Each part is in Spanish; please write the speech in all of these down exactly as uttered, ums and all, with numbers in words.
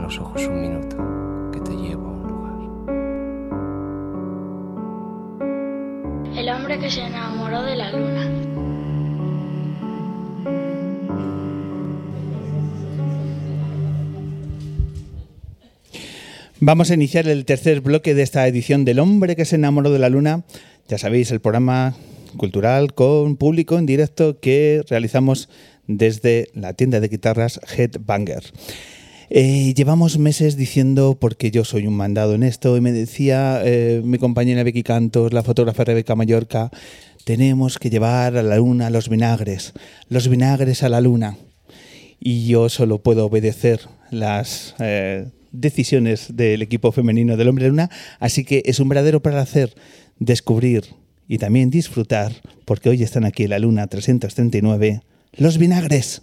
los ojos un minuto, que te llevo a un lugar. El hombre que se enamoró de la luna. Vamos a iniciar el tercer bloque de esta edición del Hombre que se enamoró de la luna. Ya sabéis, el programa cultural con público en directo que realizamos desde la tienda de guitarras Headbanger. Eh, llevamos meses diciendo, porque yo soy un mandado en esto, y me decía eh, mi compañera Becky Cantos, la fotógrafa Rebeca Mallorca, tenemos que llevar a la luna los vinagres, los vinagres a la luna. Y yo solo puedo obedecer las eh, decisiones del equipo femenino del Hombre Luna, así que es un verdadero placer descubrir y también disfrutar, porque hoy están aquí en la Luna trescientos treinta y nueve, los vinagres.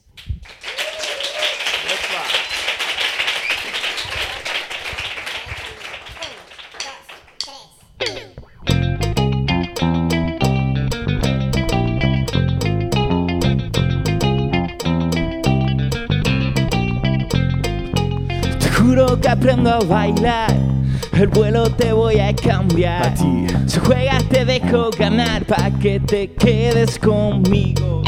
Juro que aprendo a bailar, el vuelo te voy a cambiar. A ti. Si juegas te dejo ganar, pa' que te quedes conmigo.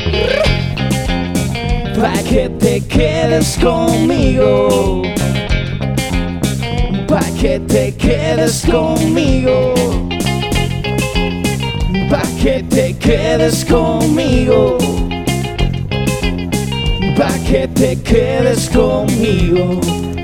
Pa' que te quedes conmigo. Pa' que te quedes conmigo. Pa' que te quedes conmigo. Pa' que te quedes conmigo.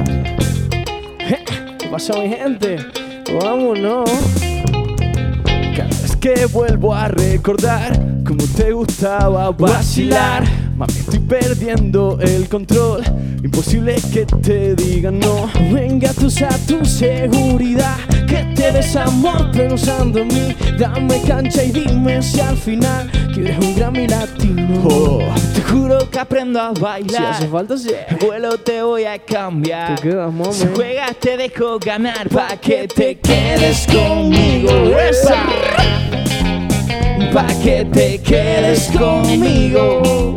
¿Qué pasa, mi gente? Vámonos. Cada vez que vuelvo a recordar cómo te gustaba vacilar, mami, estoy perdiendo el control. Imposible que te digan no. Venga, tú a tu seguridad, que te des amor pensando en mí. Dame cancha y dime si al final quieres un Grammy latino. Oh, te juro que aprendo a bailar. Si hace falta, sí. El vuelo te voy a cambiar. Te quedas, mami. Si juegas te dejo ganar, pa' que te quedes conmigo. Esa. Pa' que te quedes conmigo.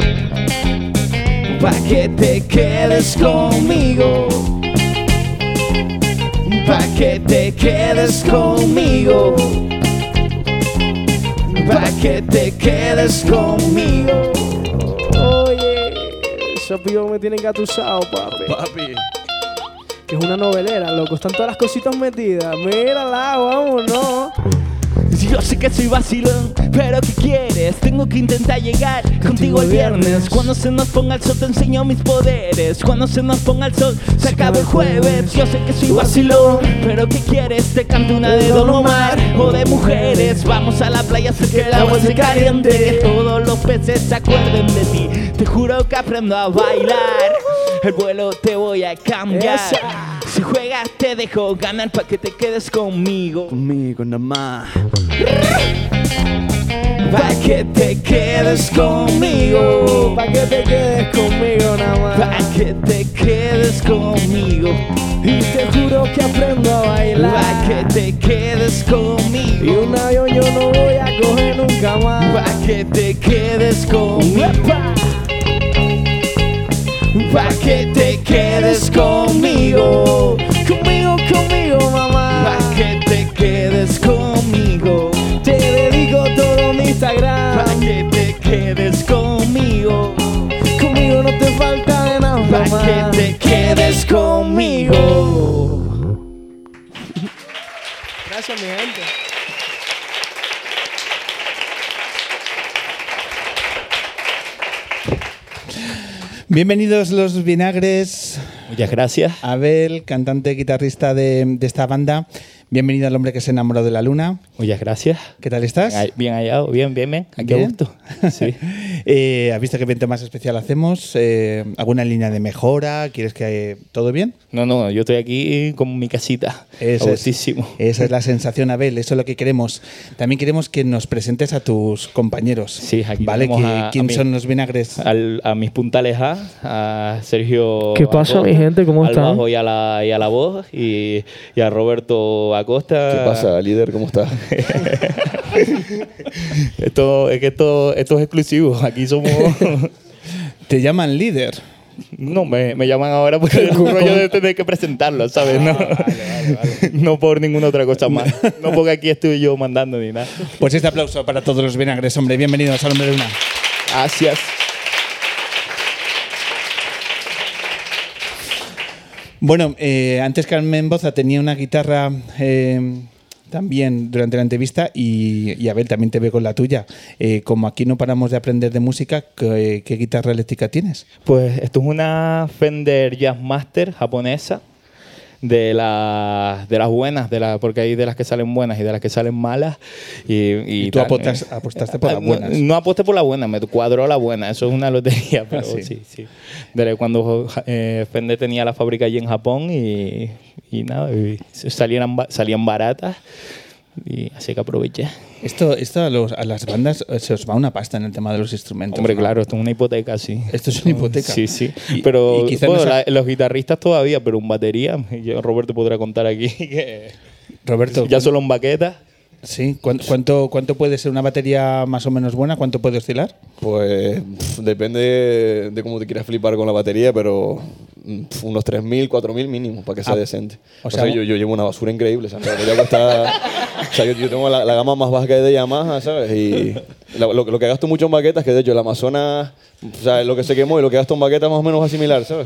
Pa' que te quedes conmigo. Pa' que te quedes conmigo. Pa' que te quedes conmigo. Oye, esos pibos me tienen gatusado, papi. Papi. Que es una novelera, loco. Están todas las cositas metidas. Mírala, vámonos. Yo sé que soy vacilón, pero ¿qué quieres? Tengo que intentar llegar contigo el viernes. Cuando se nos ponga el sol te enseño mis poderes. Cuando se nos ponga el sol se acaba el jueves. Yo sé que soy vacilón, pero ¿qué quieres? Te canto una de Don Omar o de mujeres. Vamos a la playa, sé que el agua es caliente, que todos los peces se acuerden de ti. Te juro que aprendo a bailar, el vuelo te voy a cambiar. Esa. Si juegas te dejo ganar, pa' que te quedes conmigo. Conmigo nada más. Pa' que te quedes conmigo. Pa' que te quedes conmigo nada más. Pa' que te quedes conmigo. Y te juro que aprendo a bailar. Pa' que te quedes Y conmigo. un avión yo no voy a coger nunca más. Pa' que te quedes conmigo. ¡Epa! Pa' que te quedes conmigo. Conmigo, conmigo, mamá. Pa' que te quedes conmigo. Te dedico todo mi Instagram. Pa' que te quedes conmigo. Conmigo no te falta de nada, Pa' mamá. que te quedes conmigo. Gracias, mi gente. Bienvenidos los vinagres. Muchas gracias. Abel, cantante, guitarrista de, de esta banda. Bienvenido al Hombre que se enamoró de la luna. Muchas gracias. ¿Qué tal estás? Bien hallado, bien, bien, bien. Aquí a ¿Bien? gusto. Sí. eh, ¿Has visto qué evento más especial hacemos? Eh, ¿Alguna línea de mejora? ¿Quieres que todo bien? No, no, yo estoy aquí con mi casita. Eso a es, gustísimo. esa es la sensación, Abel. Eso es lo que queremos. También queremos que nos presentes a tus compañeros. Sí, aquí ¿Vale? tenemos ¿Qui- a- ¿Quién a mi- son los vinagres? Al- a mis puntales A, a Sergio ¿Qué pasa, Acosta, mi gente? ¿Cómo al están? bajo y a la, y a la voz, y, y a Roberto Acosta. ¿Qué pasa, líder? ¿Cómo estás? Esto, es que esto, esto es exclusivo. Aquí somos... Te llaman líder. No, me, me llaman ahora por el rollo de tener que presentarlo, ¿sabes? No, Vale, vale, vale. no por ninguna otra cosa más. No porque aquí estoy yo mandando ni nada. Pues este aplauso para todos los vinagres, hombre. Bienvenidos al Hombre de Luna. Gracias. Bueno, eh, antes Carmen Boza tenía una guitarra eh, también durante la entrevista y, y a ver, también te veo con la tuya. Eh, como aquí no paramos de aprender de música, ¿qué, qué guitarra eléctrica tienes? Pues esto es una Fender Jazzmaster japonesa. De, la, de las buenas, de la, porque hay de las que salen buenas y de las que salen malas. Y, y, Y tú tal. apostas- apostaste por las buenas. No, no aposté por la buena, me cuadró la buena. Eso es una lotería, pero Ah, sí. sí, sí. De cuando eh, Fender tenía la fábrica allí en Japón y, y nada, y salían, ba- salían baratas. Y así que aproveché. Esto, esto a, los- a las bandas eh, se os va una pasta en el tema de los instrumentos. Hombre, ¿no? claro, esto es una hipoteca, sí. Esto es una hipoteca. Sí, sí. Y- Pero y quizá bueno, no sa- la- los guitarristas todavía, pero un batería, yo, Roberto podrá contar aquí que Roberto, ya solo en baquetas. ¿sí? ¿Cuánto, cuánto, cuánto puede ser una batería más o menos buena? ¿Cuánto puede oscilar? Pues pf, depende de, de cómo te quieras flipar con la batería, pero pf, unos tres mil, cuatro mil mínimo para que sea Ah, decente. o O sea, sea, yo, yo llevo una basura increíble, ¿sabes? La batería cuesta- o sea, yo, yo tengo la, la gama más baja que hay de Yamaha, ¿sabes? Y la- lo, lo que gasto mucho en baquetas, que de hecho el Amazonas, o sea, lo que se quemó y lo que gasto en baquetas más o menos va a asimilar, ¿sabes?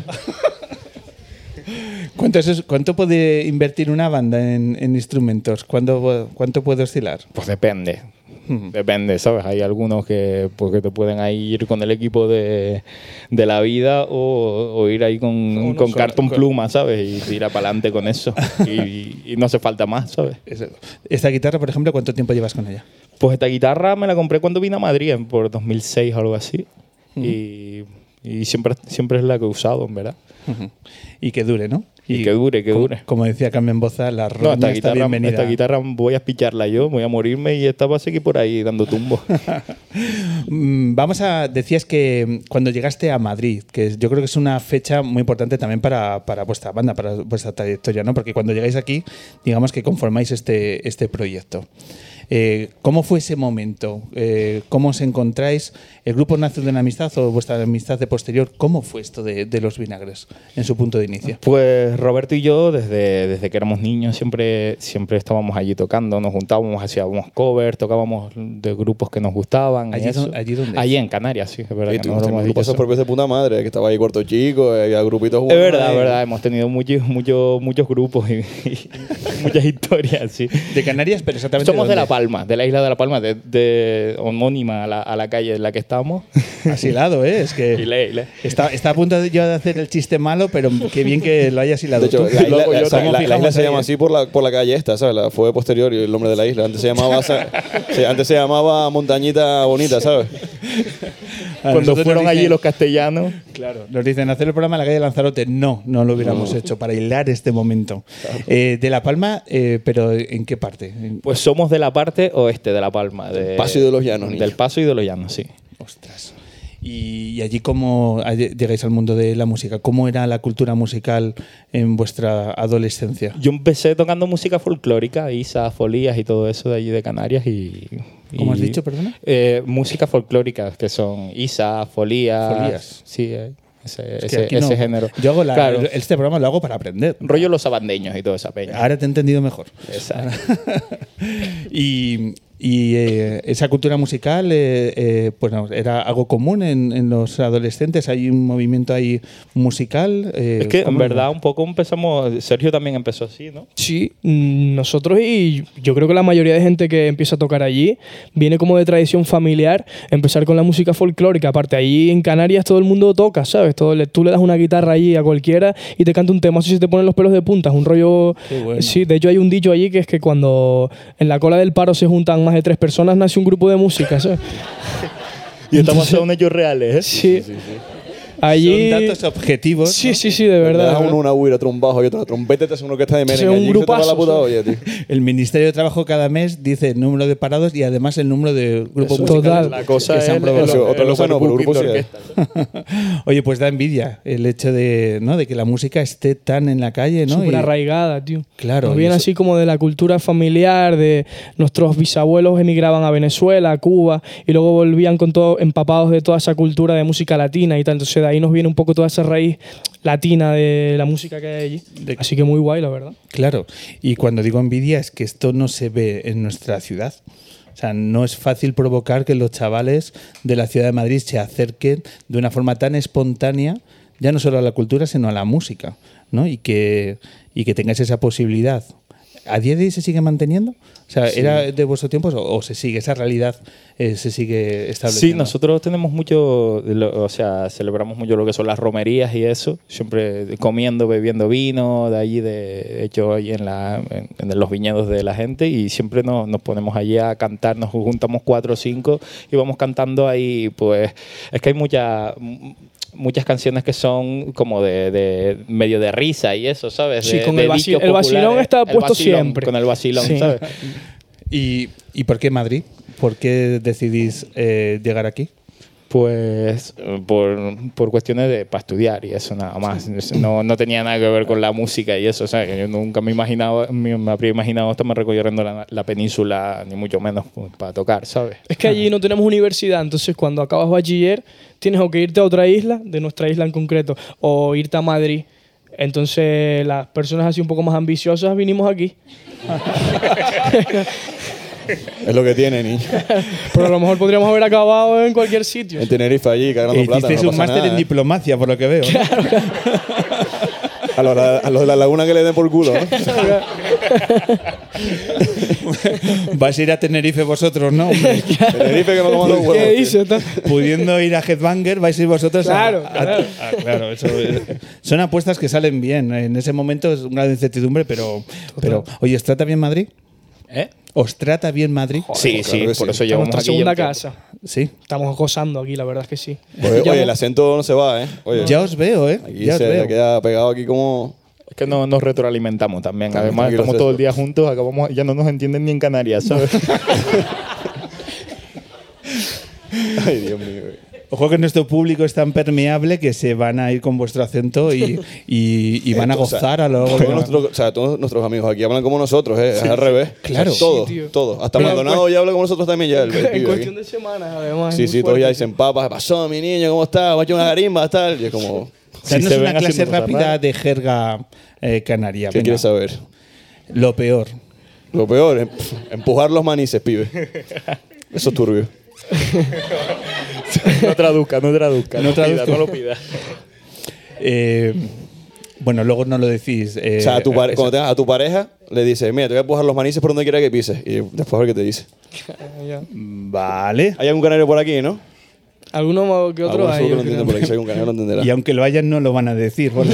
¿Cuánto, es eso? ¿Cuánto puede invertir una banda en, en instrumentos? ¿Cuánto, ¿Cuánto puede oscilar? Pues depende. Depende, ¿sabes? Hay algunos que, pues, que te pueden ahí ir con el equipo de, de la vida o, o ir ahí con, no, con con- cartón con- pluma, ¿sabes? Y tirar para adelante con eso. y, y no hace falta más, ¿sabes? Es- Esta guitarra, por ejemplo, ¿cuánto tiempo llevas con ella? Pues esta guitarra me la compré cuando vine a Madrid, en- por dos mil seis o algo así. Y, y siempre, siempre es la que he usado, en verdad. Ujú. Y que dure, ¿no? Y que dure, que como, dure. Como decía Carmen Boza, la No, roña esta está guitarra, bienvenida. esta guitarra voy a picharla yo, voy a morirme y esta va a seguir por ahí dando tumbos. Mm, Vamos a. Decías que cuando llegaste a Madrid, que yo creo que es una fecha muy importante también para, para vuestra banda, para vuestra trayectoria, ¿no? Porque cuando llegáis aquí, digamos que conformáis este, este proyecto. Eh, ¿Cómo fue ese momento? Eh, ¿Cómo os encontráis? ¿El grupo nace de una amistad o vuestra amistad de posterior? ¿Cómo fue esto de, de los vinagres en su punto de inicio? Pues Roberto y yo, desde, desde que éramos niños, siempre, siempre estábamos allí tocando, nos juntábamos, hacíamos covers, tocábamos de grupos que nos gustaban. y ¿Allí eso. dónde- allí dónde? Allí en Canarias, sí, es verdad. Y que tú, no lo hemos grupos dicho eso. propios de puta madre, que estaba ahí Cuarto Chico, había grupitos Es buenos verdad, ahí. es verdad. Hemos tenido muchos, muchos, muchos grupos y, y muchas historias, sí. De Canarias, pero exactamente. Somos de dónde? La Palma, de la isla de La Palma, de, de homónima a la, a la calle en la que estamos. Asilado, ¿eh? Es que. Hilé, hilé. Está, está a punto de yo de hacer el chiste malo, pero qué bien que lo hayas hilado De hecho, tú. la isla, Luego la- yo o sea, también la- la fijamos isla se ahí, llama ¿eh? así por la, por la calle esta, ¿sabes? La, fue posterior y el nombre de la isla. Antes se llamaba, sa- se- antes se llamaba Montañita Bonita, ¿sabes? A Cuando nosotros fueron nos allí dicen- los castellanos. Claro, nos dicen hacer el programa en la calle Lanzarote. No, no lo hubiéramos hecho para hilar este momento. Eh, de La Palma, eh, pero ¿en qué parte? En- Pues somos de la parte oeste de La Palma. De, Paso y de los Llanos, niño. Del Paso y de los Llanos, sí. Ostras. Y, y allí, ¿cómo allí llegáis al mundo de la música? ¿Cómo era la cultura musical en vuestra adolescencia? Yo empecé tocando música folclórica, Isa, Folías y todo eso de allí de Canarias. Y, ¿Cómo has y- dicho, perdona? Eh, música folclórica, que son Isa, Folías. Folías. Sí, eh, ese, Es que ese, aquí no- ese género. Yo hago la- Claro, este programa lo hago para aprender. rollo los sabandeños y toda esa peña. Ahora te he entendido mejor. Exacto. y y eh, esa cultura musical, eh, eh, pues no, era algo común en, en los adolescentes. Hay un movimiento ahí musical. eh, Es que en ¿cómo? verdad un poco empezamos, Sergio también empezó así, ¿no? Sí, mm, nosotros y yo creo que la mayoría de gente que empieza a tocar allí viene como de tradición familiar, empezar con la música folclórica. Aparte, allí en Canarias todo el mundo toca, ¿sabes? Todo, le- tú le das una guitarra allí a cualquiera y te canta un tema, así se te ponen los pelos de punta. Es un rollo... Qué bueno. Sí, de hecho hay un dicho allí que es que cuando en la cola del paro se juntan más de tres personas, nace un grupo de música, ¿sabes? Y estamos hablando de hechos reales, ¿eh? Sí. Allí... Son datos objetivos. Sí, ¿no? sí, sí, de Le verdad. das de a uno verdad. una huira, otro un bajo y otro una trompeta, te hace uno que está de Entonces, merengue. un Allí se te va la grupazo, puta ¿sabes? olla, tío. El Ministerio de Trabajo cada mes dice el número de parados y además el número de grupos Eso, musicales total. La cosa que es se han el- probado. el- Otra el cosa no, pero overbooking grupo de sí. orquesta. Oye, pues da envidia el hecho de, ¿no? de que la música esté tan en la calle, ¿no? Súper Y- arraigada, tío. Claro, Nos y viene eso- así como de la cultura familiar, de nuestros bisabuelos emigraban a Venezuela, a Cuba, y luego volvían con todo empapados de toda esa cultura de música latina y tal. Entonces de ahí nos viene un poco toda esa raíz latina de la música que hay allí. De- Así que muy guay, la verdad. Claro, y cuando digo envidia es que esto no se ve en nuestra ciudad. O sea, no es fácil provocar que los chavales de la ciudad de Madrid se acerquen de una forma tan espontánea, ya no solo a la cultura, sino a la música, ¿no? Y que, y que tengáis esa posibilidad. ¿A día de hoy se sigue manteniendo? O sea, Sí. ¿era de vuestros tiempos o, o se sigue, esa realidad eh, se sigue estableciendo? Sí, nosotros tenemos mucho, de lo- o sea, celebramos mucho lo que son las romerías y eso, siempre comiendo, bebiendo vino, de allí, de hecho, ahí en, la, en, en los viñedos de la gente, y siempre nos, nos ponemos allí a cantar, nos juntamos cuatro o cinco y vamos cantando ahí, pues, es que hay mucha... muchas canciones que son como de, de medio de risa y eso, ¿sabes? Sí, De- con de el vaci- dichos el vacilón populares. está El puesto vacilón, siempre. Con el vacilón, Sí. ¿sabes? ¿Y, ¿Y por qué Madrid? ¿Por qué decidís eh, llegar aquí? Pues eh, por, por cuestiones de para estudiar y eso nada más. No, no tenía nada que ver con la música y eso. O sea, que yo nunca me imaginaba, me, me habría imaginado estarme recorriendo la, la península, ni mucho menos pues, para tocar, ¿sabes? Es que allí no tenemos universidad, entonces cuando acabas bachiller tienes o que irte a otra isla, de nuestra isla en concreto, o irte a Madrid. Entonces las personas así un poco más ambiciosas vinimos aquí. Es lo que tiene, niño. Pero a lo mejor podríamos haber acabado en cualquier sitio. En Tenerife allí, cagando E plata. hicisteis no un pasa máster nada, en ¿eh? diplomacia, por lo que veo. ¿no? A los, a los de la laguna que le den por culo, ¿no? Vais a ir a Tenerife vosotros, ¿no? Hombre. Tenerife que me coman los huevos. ¿Qué tío. dices? tal? Pudiendo ir a Headbanger, vais a ir vosotros a- Claro, a, claro. a- claro, eso es- son apuestas que salen bien. En ese momento es una incertidumbre, pero, pero oye, ¿os trata bien Madrid? ¿Eh? ¿Os trata bien Madrid? Sí, claro sí, que por sí. eso Es llevamos nuestra aquí. segunda ya un tiempo. casa. Sí. Estamos gozando aquí, la verdad es que sí. Oye, Ya oye, el hemos- acento no se va, ¿eh? Oye, Ya os veo, ¿eh? aquí Ya os se veo. queda pegado aquí como... Es que no, nos retroalimentamos también. También, Además, tranquilo, estamos César. todo el día juntos, acabamos, ya no nos entienden ni en Canarias, ¿sabes? Ay, Dios mío. güey. Ojo que nuestro público es tan permeable que se van a ir con vuestro acento y, y- y van a O sea, gozar a lo largo todos de- nuestros, o sea, todos nuestros amigos aquí hablan como nosotros, ¿eh? Es al revés. Claro. O sea, todo, Sí, tío. todo. Hasta Pero Maldonado ya habla como nosotros también ya. El, el en pibe cuestión aquí. de semanas, además. Sí, es sí, muy todos ya fuerte. dicen, papá, ¿qué pasó, mi niño? ¿Cómo está? ¿Va a echar una garimba? Tal. Y es como, O sea, Si no se es ven una clase haciendo cosas rápida raras. de jerga eh, canaria. ¿qué Venga. quieres saber? Lo peor. Lo peor, em- empujar los manices, pibe. Eso es turbio. No traduzca, no traduzca. No No, pida, traduzco. no lo pida. Eh, bueno, luego no lo decís. eh, O sea, a tu, pare- esa- cuando tengas a tu pareja, le dices, mira, te voy a empujar los manices por donde quiera que pises. Y después a ver qué te dice. Ya. Vale. Hay algún canario por aquí, ¿no? Alguno que otro Alguno hay. seguro que yo lo entiende creo. por aquí. Si hay algún canario, lo entenderá. Y aunque lo hayan, no lo van a decir. Bueno.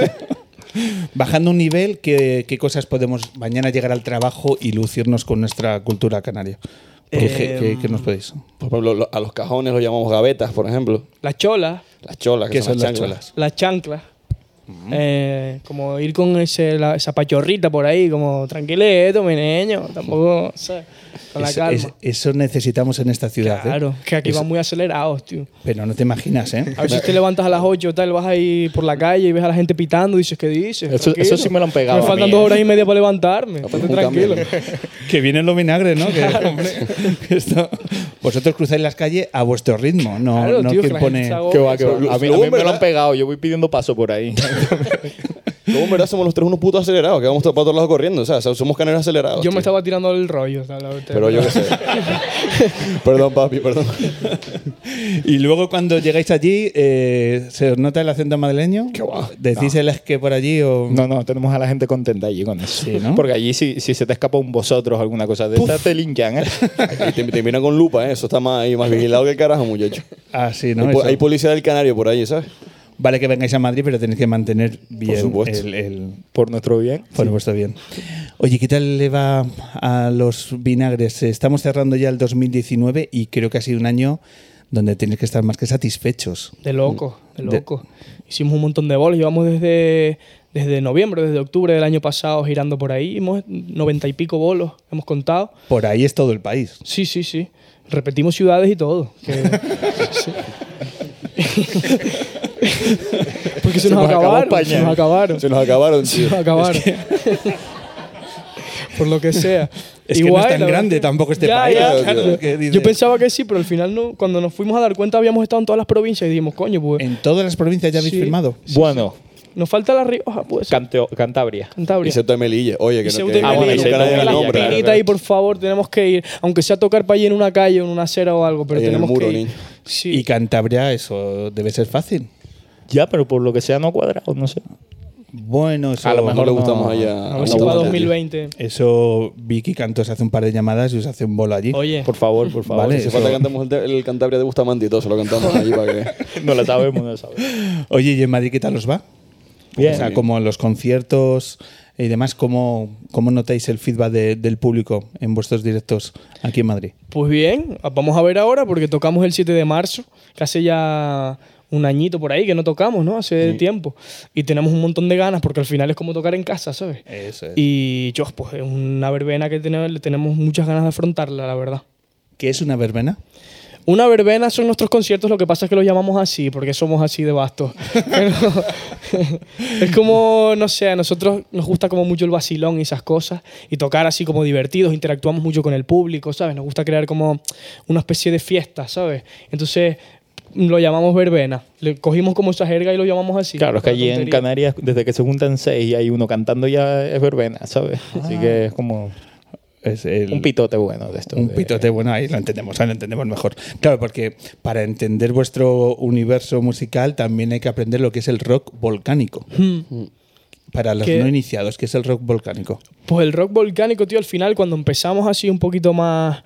Bajando un nivel, ¿qué, qué cosas podemos mañana llegar al trabajo y lucirnos con nuestra cultura canaria? ¿Qué, Eh, qué- qué nos podéis? Por ejemplo, lo- a los cajones los llamamos gavetas, por ejemplo. Las cholas, Las cholas, que ¿Qué son, son las las chanclas. cholas? las chanclas. Eh, como ir con ese, la- esa pachorrita por ahí, como tranquilito, mi niño. Tampoco, ¿sabes? Con la Eso, calma. es- eso necesitamos en esta ciudad. ¿eh? Claro, que aquí Eso- van muy acelerados, tío. Pero no te imaginas, ¿eh? A ver si te levantas a las ocho tal, vas ahí por la calle y ves a la gente pitando y dices, ¿qué dices? Eso- Tranquilo. eso sí me lo han pegado Me a faltan mí, dos ¿eh? horas y media para levantarme. Estate un tranquilo. cambio. Que vienen los vinagres, ¿no? Que, hombre, esto- vosotros cruzáis las calles a vuestro ritmo, no, Claro, no tío, que quien la gente pone. se agobia. Que va, que va. A mí, Luego, a mí me lo ¿verdad? han pegado, yo voy pidiendo paso por ahí. Luego, en verdad, somos los tres unos putos acelerados, que vamos para todos lados corriendo. O sea, somos canarios acelerados. Yo me tío. estaba tirando el rollo. tal, la verdad. Pero yo qué sé. Perdón, papi, perdón. Y luego cuando llegáis allí, eh, ¿se os nota el acento madrileño? Qué guau. ¿Decís el es que por allí o...? No, no, tenemos a la gente contenta allí con eso. Sí, ¿no? Porque allí si, si se te escapa un vosotros alguna cosa de esta, te linchan, ¿eh? Y te, te miran con lupa, ¿eh? Eso está más, ahí, más vigilado que el carajo, muchacho. Ah, sí, ¿no? hay, po- Eso. hay policía del canario por ahí, ¿sabes? Vale que vengáis a Madrid, pero tenéis que mantener bien supuesto. el, el- Por nuestro bien. por vuestro bien. Oye, ¿qué tal le va a los vinagres? Estamos cerrando ya el dos mil diecinueve y creo que ha sido un año donde tenéis que estar más que satisfechos. De loco, de De- loco. Hicimos un montón de bolos. Llevamos desde, desde noviembre, desde octubre del año pasado girando por ahí. Hemos noventa y pico bolos, hemos contado. Por ahí es todo el país. Sí, sí, sí. Repetimos ciudades y todo. Que- sí. Porque se, Se nos, nos acabó acabaron. Se España. nos acabaron. Se nos acabaron, Se tío. nos acabaron. por lo que sea. Es que no es tan grande tampoco este Ya, país. ya. claro, que dices- Yo pensaba que sí, pero al final no. Cuando nos fuimos a dar cuenta habíamos estado en todas las provincias y dijimos, coño, pues ¿En todas las provincias ya habéis Sí. firmado? Bueno, nos falta La Rioja, pues. Canteo- Cantabria. Cantabria. Y Ceuta de Melilla. Oye, que Y no Ceuta que, y Ah, bueno, Melilla. y Ceuta nunca y nadie Melilla, el Las nombre. claro, pinitas claro. ahí, por favor, tenemos que ir. Aunque sea tocar para allí en una calle o en una acera o algo, pero Ahí en el tenemos muro, que ir. niño. Sí. Y Cantabria, eso debe ser fácil. Ya, pero por lo que sea no cuadrado, no sé. Bueno, eso, A lo No mejor le no- gustamos allá. a a ver si la para Guadalajara. dos mil veinte. eso Vicky Cantos hace un par de llamadas y os hace un bolo allí. Oye, Por favor, por favor. Vale. Si Eso- falta que cantemos el, te- el Cantabria de Bustamante y todo, se lo cantamos allí para que... No lo sabemos, no lo sabemos. Oye, ¿y en Madrid qué tal os va? Bien. O sea, como en los conciertos y demás, ¿cómo, cómo notáis el feedback de- del público en vuestros directos aquí en Madrid? pues bien, vamos a ver ahora porque tocamos el siete de marzo, que hace ya un añito por ahí que no tocamos, ¿no? Hace tiempo. Y tenemos un montón de ganas porque al final es como tocar en casa, ¿sabes? Eso es. Y yo, pues es una verbena que tenemos, le tenemos muchas ganas de afrontarla, la verdad. ¿Qué es una verbena? Una verbena son nuestros conciertos, lo que pasa es que los llamamos así, porque somos así de bastos. Pero es como, no sé, a nosotros nos gusta como mucho el vacilón y esas cosas, y tocar así como divertidos, interactuamos mucho con el público, ¿sabes? Nos gusta crear como una especie de fiesta, ¿sabes? Entonces lo llamamos verbena. Le cogimos como esa jerga y lo llamamos así. Claro, es que Una allí en tontería. Canarias, desde que se juntan seis y hay uno cantando ya es verbena, ¿sabes? Así que es como Es el- un pitote bueno de esto. Un de- pitote, bueno, ahí lo entendemos, ahí lo entendemos mejor. Claro, porque para entender vuestro universo musical también hay que aprender lo que es el rock volcánico. Para los ¿Qué? no iniciados, ¿qué es el rock volcánico? Pues el rock volcánico, tío, al final cuando empezamos así un poquito más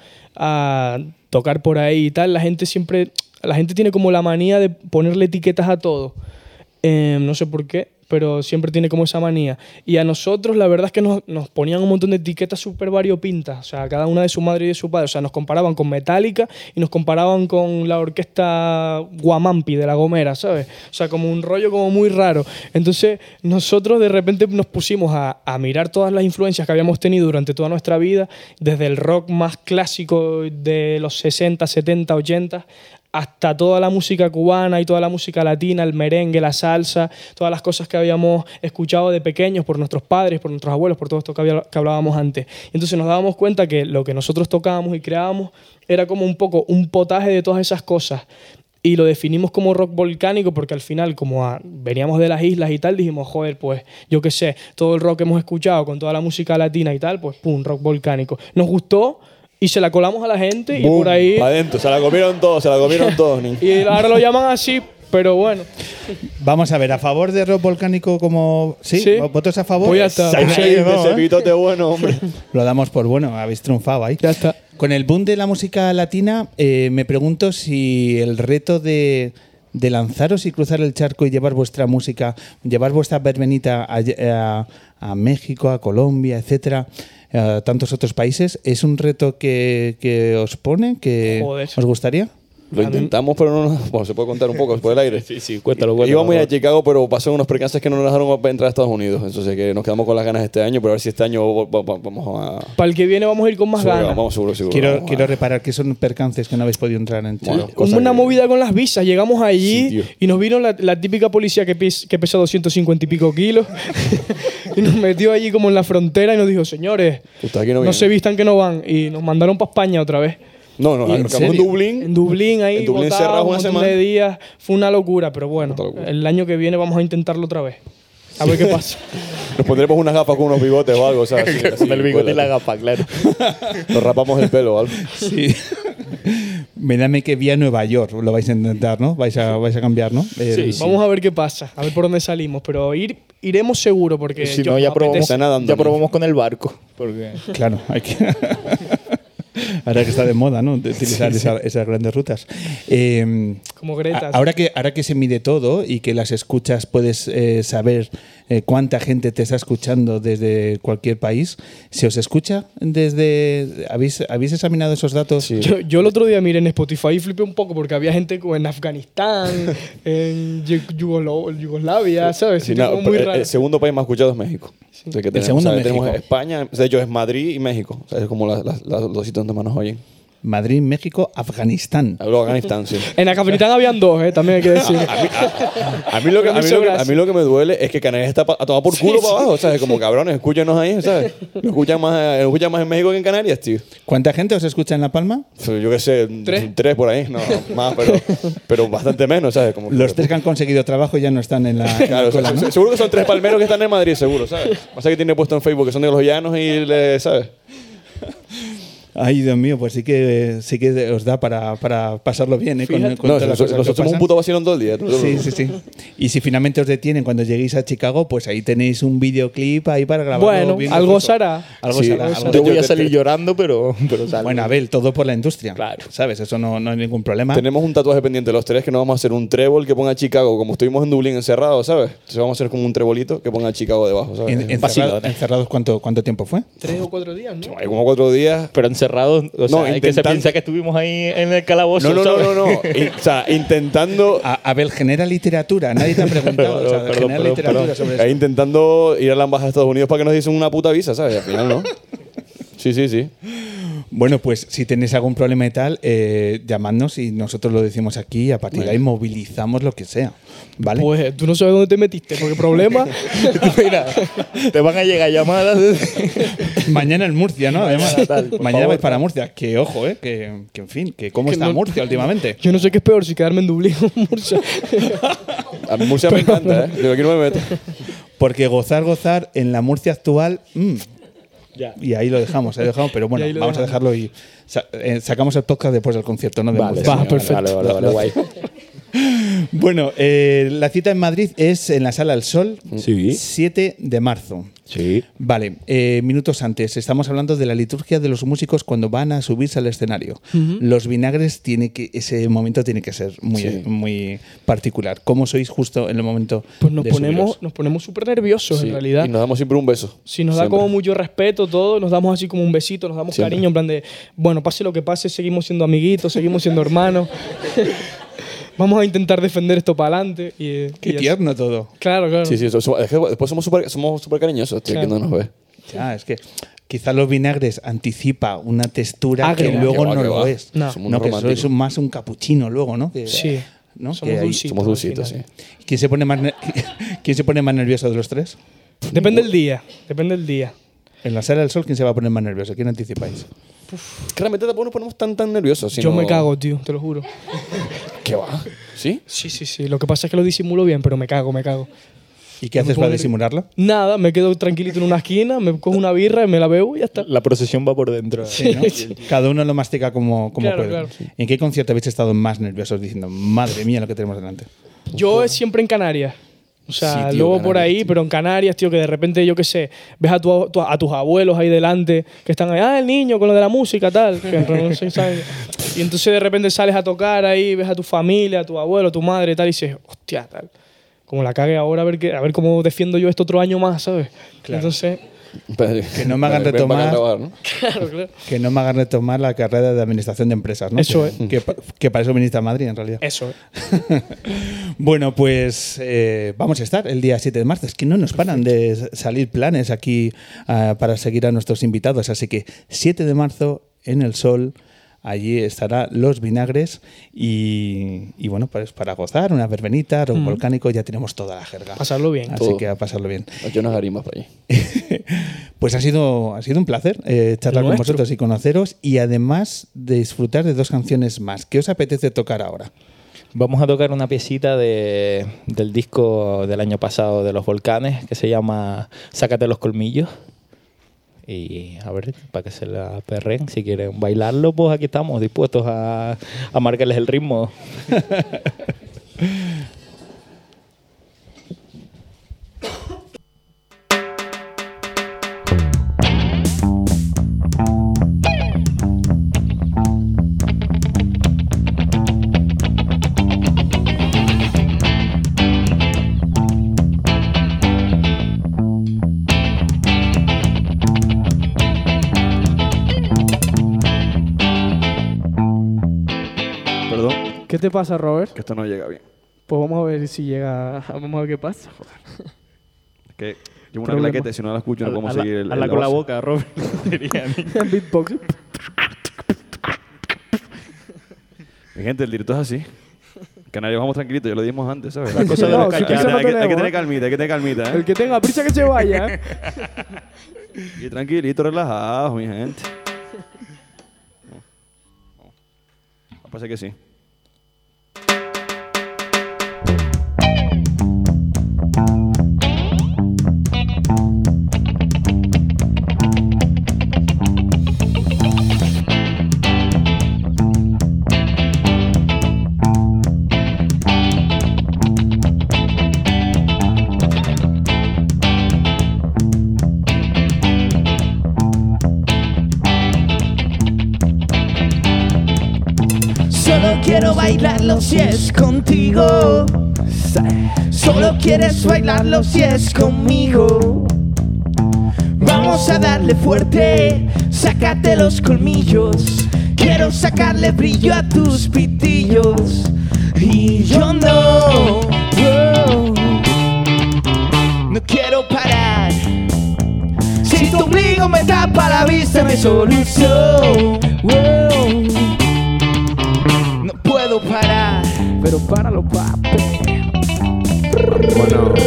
a tocar por ahí y tal, la gente siempre, la gente tiene como la manía de ponerle etiquetas a todo. Eh, no sé por qué, pero siempre tiene como esa manía. Y a nosotros la verdad es que nos, nos ponían un montón de etiquetas súper variopintas, o sea, cada una de su madre y de su padre. O sea, nos comparaban con Metallica y nos comparaban con la orquesta Guamampi de La Gomera, ¿sabes? O sea, como un rollo como muy raro. Entonces, nosotros de repente nos pusimos a, a mirar todas las influencias que habíamos tenido durante toda nuestra vida, desde el rock más clásico de los sesenta, setenta, ochenta, hasta toda la música cubana y toda la música latina, el merengue, la salsa, todas las cosas que habíamos escuchado de pequeños por nuestros padres, por nuestros abuelos, por todo esto que, había- que hablábamos antes. Entonces nos dábamos cuenta que lo que nosotros tocábamos y creábamos era como un poco un potaje de todas esas cosas. Y lo definimos como rock volcánico porque al final, como a- veníamos de las islas y tal, dijimos, joder, pues yo qué sé, todo el rock que hemos escuchado con toda la música latina y tal, pues pum, rock volcánico. Nos gustó y se la colamos a la gente y Boom, por ahí... para adentro, se la comieron todos, se la comieron todos, niño. Y ahora lo llaman así, pero bueno. Vamos a ver, ¿a favor de rock volcánico como... ¿Sí? Sí. ¿Votos a favor? Pues ya está. Ahí Sí, sí, no, Ese ¿eh? pitote bueno, hombre. Lo damos por bueno, habéis triunfado ahí. Ya está. Con el boom de la música latina, eh, me pregunto si el reto de, de lanzaros y cruzar el charco y llevar vuestra música, llevar vuestra verbenita a, a- a México, a Colombia, etcétera, a tantos otros países, ¿es un reto que, que os pone, que Joder. os gustaría? Lo intentamos, pero no nos... Bueno, se puede contar un poco por el aire. Sí, sí, cuéntalo, cuéntalo. Íbamos a ir a por favor. Chicago, pero pasó unos percances que no nos dejaron entrar a Estados Unidos. Entonces que nos quedamos con las ganas este año, pero a ver si este año va- va- va- vamos a... Para el que viene vamos a ir con más seguro, ganas. Vamos seguro, seguro. Quiero, vamos a- quiero reparar que son percances que no habéis podido entrar en Bueno, Chile. cosa Hubo una que- movida con las visas. Llegamos allí Sí, tío. y nos vino la, la típica policía que, pes- que pesa doscientos cincuenta y pico kilos y nos metió allí como en la frontera y nos dijo, señores, Usted aquí no no viene. se vistan que no van. Y nos mandaron para España otra vez. No, no, ¿En nos quedamos en serio? Dublín. En Dublín, ahí En Dublín botados, cerrados un una montón semana. de días. Fue una locura, pero bueno, Otra locura. el año que viene vamos a intentarlo otra vez. A ver qué pasa. Nos pondremos unas gafas con unos bigotes o algo, ¿sabes? Así, así, Con el bigote y la vuela. gafa, claro. Nos rapamos el pelo o algo. Sí. Me dame que vía Nueva York lo vais a intentar, ¿no? Vais a, vais a cambiar, ¿no? El- Sí. Vamos a ver qué pasa, a ver por dónde salimos. Pero ir, iremos seguro porque Si yo no, ya me probamos, apetece. Está nadando, ya ¿no? probamos con el barco. Porque Claro, hay que... Ahora que está de moda, ¿no? De utilizar esa- esas grandes rutas. Eh, Como Greta. a- ahora, que, ahora que se mide todo y que las escuchas puedes eh, saber eh, cuánta gente te está escuchando desde cualquier país, ¿se os escucha desde... ¿Habéis, habéis examinado esos datos? Yo, yo el otro día miré en Spotify y flipé un poco porque había gente como en Afganistán, en Yu- Yugoslo- Yugoslavia, ¿sabes? Sí, Sitios no, como muy pero el, raro. el segundo país más escuchado es México. O sea, que tenemos, segundo o sea, México. tenemos España, de hecho es Madrid y México. O sea, es como las- las- las- los sitios donde más nos oyen. Madrid, México, Afganistán. Hablo de Afganistán, sí. En Afganistán habían dos, ¿eh? También hay que decir. A mí, a, a mí lo que, a, mí lo que, a mí lo que me duele es que Canarias está pa- a tomar por culo Sí, para sí. abajo, ¿sabes? Como cabrones, escúchenos ahí, ¿sabes? Nos escuchan más, nos escuchan más en México que en Canarias, tío. ¿Cuánta gente os escucha en La Palma? Yo qué sé, ¿Tres? tres por ahí, no, más, pero, pero bastante menos, ¿sabes? Como Los tres que han conseguido trabajo ya no están en la, en la Claro, cola, se- ¿no? se- seguro que son tres palmeros que están en Madrid, seguro, ¿sabes? Pasa que tiene puesto en Facebook que son de los llanos y, le, ¿sabes? Ay, Dios mío, pues sí que sí que os da para, para pasarlo bien, ¿eh? Con, Fíjate. con No, todas las nosotros, cosas que nosotros somos un pasan. puto vacilón todo el día. no te Sí, preocupes. sí, sí. Y si finalmente os detienen cuando lleguéis a Chicago, pues ahí tenéis un videoclip ahí para grabarlo. Bueno, bien algo gracioso. hará. Algo Sí, será, algo algo Yo voy Yo a te- salir te- llorando, pero, pero salgo. Bueno, Abel, todo por la industria. Claro. ¿Sabes? Eso no, no hay ningún problema. Tenemos un tatuaje pendiente los tres que nos vamos a hacer un trébol que ponga Chicago, como estuvimos en Dublín encerrados, ¿sabes? Entonces vamos a hacer como un trebolito que ponga Chicago debajo, ¿sabes? En- encerrado- Vacilón, ¿eh? ¿Encerrados cuánto, cuánto tiempo fue? Tres o cuatro días, ¿no? Hay como cuatro días. Pero encerrados, o sea, No, hay que se intentan- piensa que estuvimos ahí en el calabozo. No, no, no, ¿sabes? no, no. In- o sea, intentando, A- Abel, genera literatura. Nadie te ha preguntado. o sea, Perdón, genera perdón, literatura perdón. sobre ahí eso. intentando ir a la embajada de Estados Unidos para que nos diesen una puta visa, ¿sabes? Al final no. Sí, sí, sí. Bueno, pues si tenéis algún problema y tal, eh, llamadnos y nosotros lo decimos aquí y a partir de ahí movilizamos lo que sea. ¿Vale? Pues tú no sabes dónde te metiste, porque problema. Mira, te van a llegar llamadas. Mañana en Murcia, ¿no? Además, tal, por mañana favor. vais para Murcia. Que ojo, ¿eh? Que, que en fin, que cómo Que está no- Murcia últimamente. Yo no sé qué es peor, si quedarme en Dublín o en Murcia. A mí Murcia me encanta, ¿eh? Yo aquí no me meto. Porque gozar, gozar en la Murcia actual. mm, Ya. y ahí lo dejamos, ahí lo dejamos. Pero bueno, Y ahí lo vamos a dejamos. dejarlo y sa- eh, sacamos el podcast después del concierto, ¿no? De Vale, Murcia. Va, señor, perfecto. Vale, vale, vale, guay. Bueno, eh, la cita en Madrid es en la Sala El Sol, Sí. siete de marzo. Sí. Vale, eh, minutos antes, estamos hablando de la liturgia de los músicos cuando van a subirse al escenario. Los vinagres, tiene que, ese momento tiene que ser muy, Sí. muy particular. ¿Cómo sois justo en el momento Pues nos de ponemos, subiros? nos ponemos súper nerviosos, Sí. en realidad. Y nos damos siempre un beso. Si nos da Siempre. como mucho respeto todo, nos damos así como un besito, nos damos Siempre. cariño, en plan de, bueno, pase lo que pase, seguimos siendo amiguitos, seguimos siendo hermanos. Vamos a intentar defender esto para adelante. Y, eh, Qué y así. tierno todo. Claro, claro. Sí, sí, so- so- es que después somos súper somos súper cariñosos, tío, Claro. que no nos ve. Ya, es que quizás los vinagres anticipa una textura Agria. que Que luego va, no que lo va. es. No. Somos No, unos que eso románticos. es más un capuchino luego, ¿no? Que- Sí. ¿no? Somos Que ahí- dulcitos. Somos al dulcitos, sí. final. ¿Quién se pone más ner- ¿Quién se pone más nervioso de los tres? Depende del día, depende del día. En la Sala del Sol, ¿quién se va a poner más nervioso? ¿Quién anticipáis? Es que realmente tampoco nos ponemos tan, tan nerviosos. Yo sino- me cago, tío, te lo juro. ¿Qué va? ¿Sí? Sí, sí, sí. Lo que pasa es que lo disimulo bien, pero me cago, me cago. ¿Y qué No me haces para pongo disimularlo? Nada, me quedo tranquilito en una esquina, me cojo una birra y me la bebo y ya está. La procesión va por dentro. Sí, ¿no? Cada uno lo mastica como, como Claro, puede. claro. ¿En qué concierto habéis estado más nerviosos diciendo, madre mía, lo que tenemos delante? Yo es siempre en Canarias. O sea, Sí, tío, luego por Canarias, ahí, tío. pero en Canarias, tío, que de repente, yo qué sé, ves a, tu, tu- a tus abuelos ahí delante, que están ahí, ah, el niño con lo de la música, tal. Que no sé, ¿sabes? Y entonces de repente sales a tocar ahí, ves a tu familia, a tu abuelo, a tu madre, tal, y dices, hostia, tal. Como la cague ahora, a ver, qué, a ver cómo defiendo yo esto otro año más, ¿sabes? Entonces, Que no me hagan Ven- ven para retomar- acá a grabar, ¿no? claro, claro. Que no me hagan retomar la carrera de administración de empresas, ¿no? Eso que, es. Que, pa- que para eso viniste a Madrid, en realidad. Eso, ¿eh? Bueno, pues eh, vamos a estar el día siete de marzo. Es que no nos paran de s- salir planes aquí ah, para seguir a nuestros invitados. Así que siete de marzo en el Sol, allí estará Los Vinagres y, y bueno, pues para gozar, una verbenita, rock volcánico, ya tenemos toda la jerga. Pasarlo bien. Así Todo. que a pasarlo bien. Yo unas garimas para allí. Pues ha sido, ha sido un placer eh, charlar con Nuestro. vosotros y conoceros y además de disfrutar de dos canciones más. ¿Qué os apetece tocar ahora? Vamos a tocar una piecita de, del disco del año pasado de Los Volcanes que se llama Sácate los colmillos. Y a ver, para que se la perren, si quieren bailarlo, pues aquí estamos, dispuestos a, a marcarles el ritmo. Perdón, ¿Qué te pasa, Robert? que esto no llega bien. Pues vamos a ver si llega. Vamos a ver qué pasa. Joder. Es que llevo una Problema. claqueta y si no la escucho no podemos Hazla- seguir el, hazla el con la base. boca, Robert. Diría a mí. Beatbox. Mi gente, el directo es así. Canarios vamos tranquilitos, ya lo dijimos antes, ¿sabes? La cosa no, hay, que, prisa no hay, que, hay que tenemos, tener ¿eh? calmita, hay que tener calmita, ¿eh? El que tenga prisa que se vaya. ¿eh? Y tranquilito, relajados, mi gente. No, parece que sí. Solo quiero bailarlo si es contigo. Solo quieres bailarlo si es conmigo. Vamos a darle fuerte, sácate los colmillos. Quiero sacarle brillo a tus pitillos. Y yo no, no, no quiero parar. Si tu ombligo me tapa la vista no hay solución. Wow. No puedo parar, Pero páralo, papi. Bueno.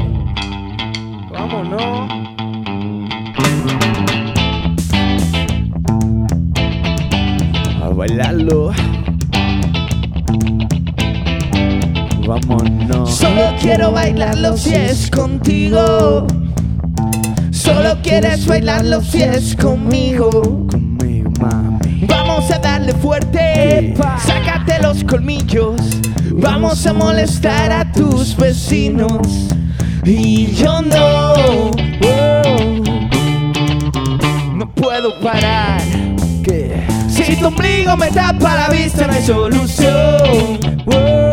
Vámonos. A bailarlo. Vámonos. solo quiero bailarlo si es contigo. Solo quieres bailarlo si es conmigo. Conmigo, mami. Vamos a darle fuerte, sácate los colmillos. Vamos a molestar a tus vecinos. Y yo no, oh, no puedo parar. ¿Qué? Si tu ombligo me tapa la vista no hay solución. Oh,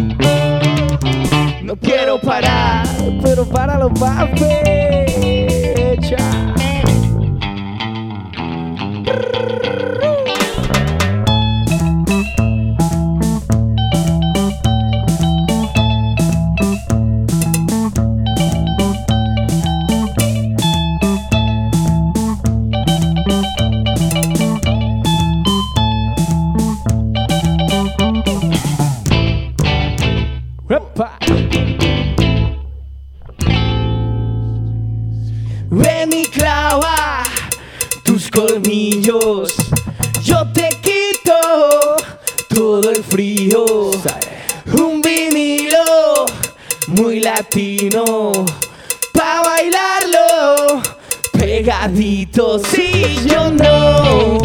no quiero parar. Pero páralo, papi. Echa. ¡Epa! Ven y clava tus colmillos. Yo te quito todo el frío. Un vinilo muy latino pa' bailarlo pegadito. Si yo no,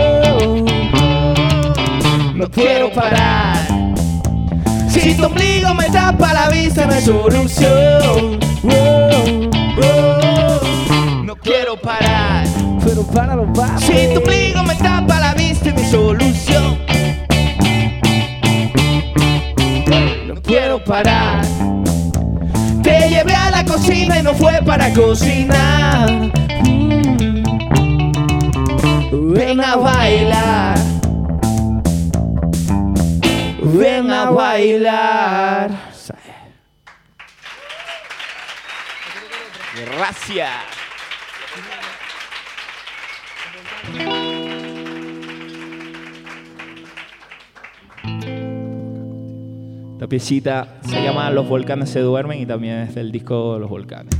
no quiero parar. Si tu ombligo me tapa la vista no hay solución. No quiero parar. Pero páralo, papi. Si tu ombligo me tapa la vista no hay solución. No quiero parar. Te llevé a la cocina y no fue para cocinar. Mm. Ven a bailar. Ven a bailar. Gracias. Esta piecita se llama Los volcanes se duermen y también es del disco Los volcanes.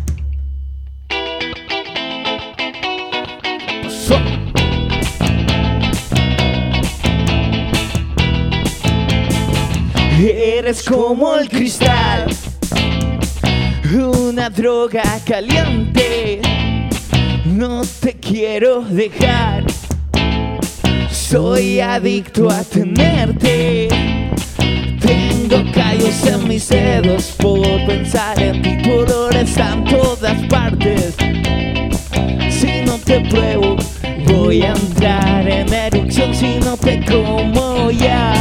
Eres como el cristal, una droga caliente. No te quiero dejar. Soy adicto a tenerte. Tengo callos en mis dedos por pensar en ti. Tu olor está en todas partes. Si no te pruebo, voy a entrar en erupción. Si no te como ya.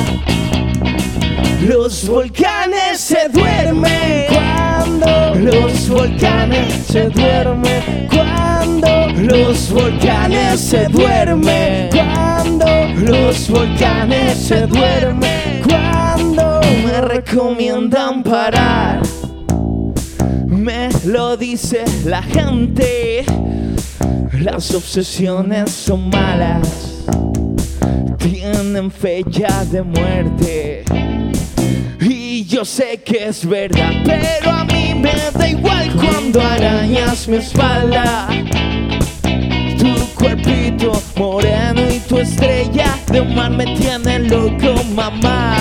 Los volcanes se duermen cuando los volcanes se duermen cuando los volcanes se duermen cuando los volcanes se duermen cuando me recomiendan parar. Me lo dice la gente. Las obsesiones son malas. tienen fecha de muerte. Y yo sé que es verdad, pero a mí me da igual cuando arañas mi espalda. Tu cuerpito moreno y tu estrella de mar me tienen loco, mamá.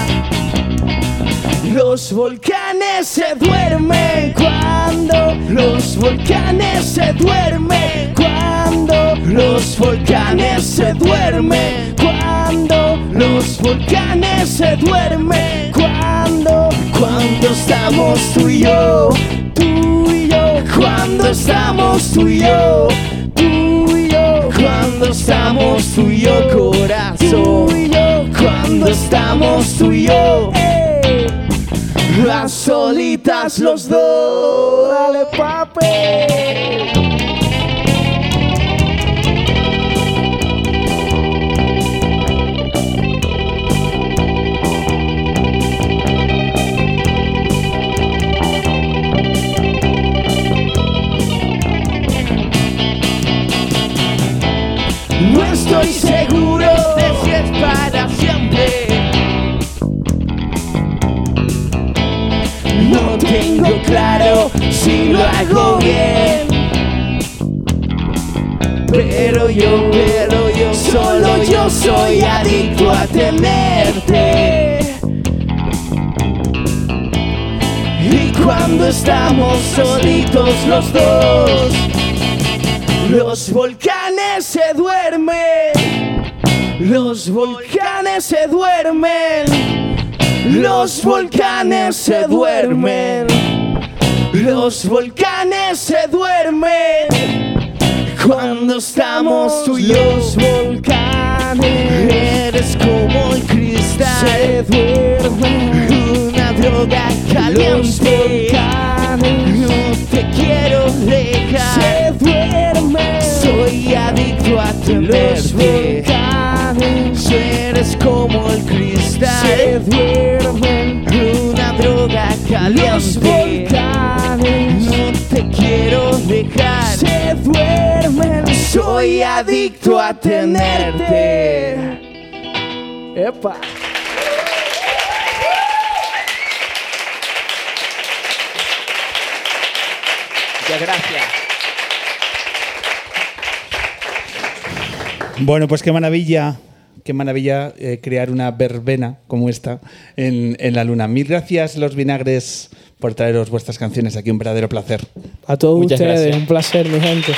Los volcanes se duermen cuando, los volcanes se duermen cuando, los volcanes se duermen cuando, los volcanes se duermen cuando, cuando estamos tú y yo, tú y yo, cuando estamos tú y yo, tú y yo, cuando estamos tú y yo, corazón, tú y yo, cuando estamos tú y yo. A solitas los dos, dale papi. No estoy seguro de si es para siempre. No tengo claro si lo hago bien, pero yo, pero yo, solo yo soy adicto a tenerte. Y cuando estamos solitos los dos, los volcanes se duermen, los volcanes se duermen. Los volcanes se duermen, los volcanes se duermen cuando estamos tú y yo. Los volcanes, eres como el cristal, se duermen, una droga caliente. Los volcanes, no te quiero dejar, se duermen, soy adicto a tenerte. Los volcanes, eres como el cristal, se duermen, una droga caliente. Los volcanes, no te quiero dejar, se duermen, soy adicto a tenerte. Epa. Muchas gracias. Bueno, pues qué maravilla, qué maravilla eh, crear una verbena como esta en, en la luna. Mil gracias, Los Vinagres, por traeros vuestras canciones aquí. Un verdadero placer. A todos Muchas ustedes, gracias. un placer, mi gente.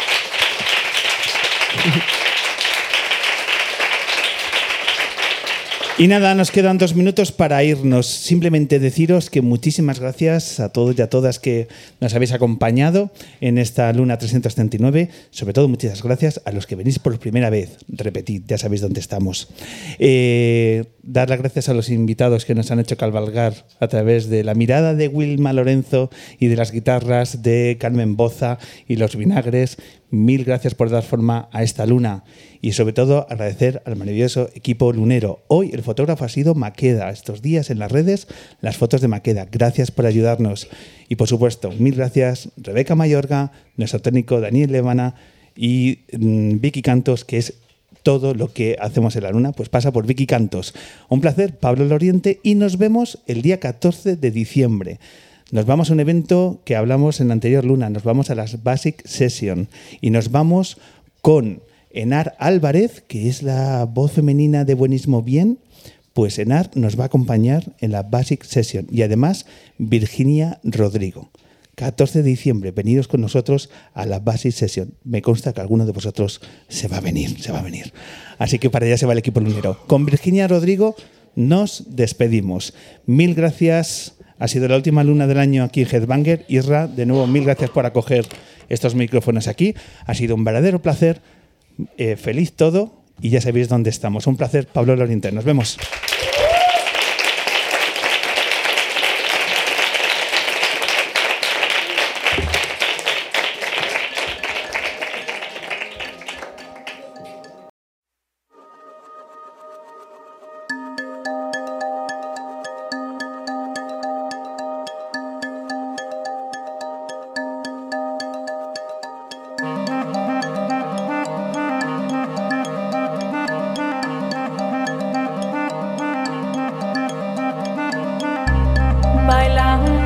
Y nada, nos quedan dos minutos para irnos. Simplemente deciros que muchísimas gracias a todos y a todas que nos habéis acompañado en esta Luna trescientos treinta y nueve. Sobre todo, muchas gracias a los que venís por primera vez. Repetid, ya sabéis dónde estamos. Eh, dar las gracias a los invitados que nos han hecho cabalgar a través de la mirada de Wilma Lorenzo y de las guitarras de Carmen Boza y Los Vinagres. Mil gracias por dar forma a esta luna y sobre todo agradecer al maravilloso equipo lunero. Hoy el fotógrafo ha sido Maqueda. Estos días en las redes las fotos de Maqueda. Gracias por ayudarnos. Y por supuesto, mil gracias Rebeca Mayorga, nuestro técnico Daniel Levana y mmm, Vicky Cantos, que es todo lo que hacemos en la luna, pues pasa por Vicky Cantos. Un placer, Pablo Loriente, y nos vemos el día catorce de diciembre. Nos vamos a un evento que hablamos en la anterior luna, nos vamos a las Basic Session y nos vamos con Enar Álvarez, que es la voz femenina de Buenismo Bien. Pues Enar nos va a acompañar en la Basic Session y además Virginia Rodrigo. catorce de diciembre, venidos con nosotros a la Basic Session. Me consta que alguno de vosotros se va a venir, se va a venir. Así que para allá se va el equipo lunero. Con Virginia Rodrigo nos despedimos. Mil gracias. Ha sido la última luna del año aquí en Headbanger. Isra, de nuevo, mil gracias por acoger estos micrófonos aquí. Ha sido un verdadero placer. Eh, feliz todo y ya sabéis dónde estamos. Un placer, Pablo Loriente. Nos vemos. bailando.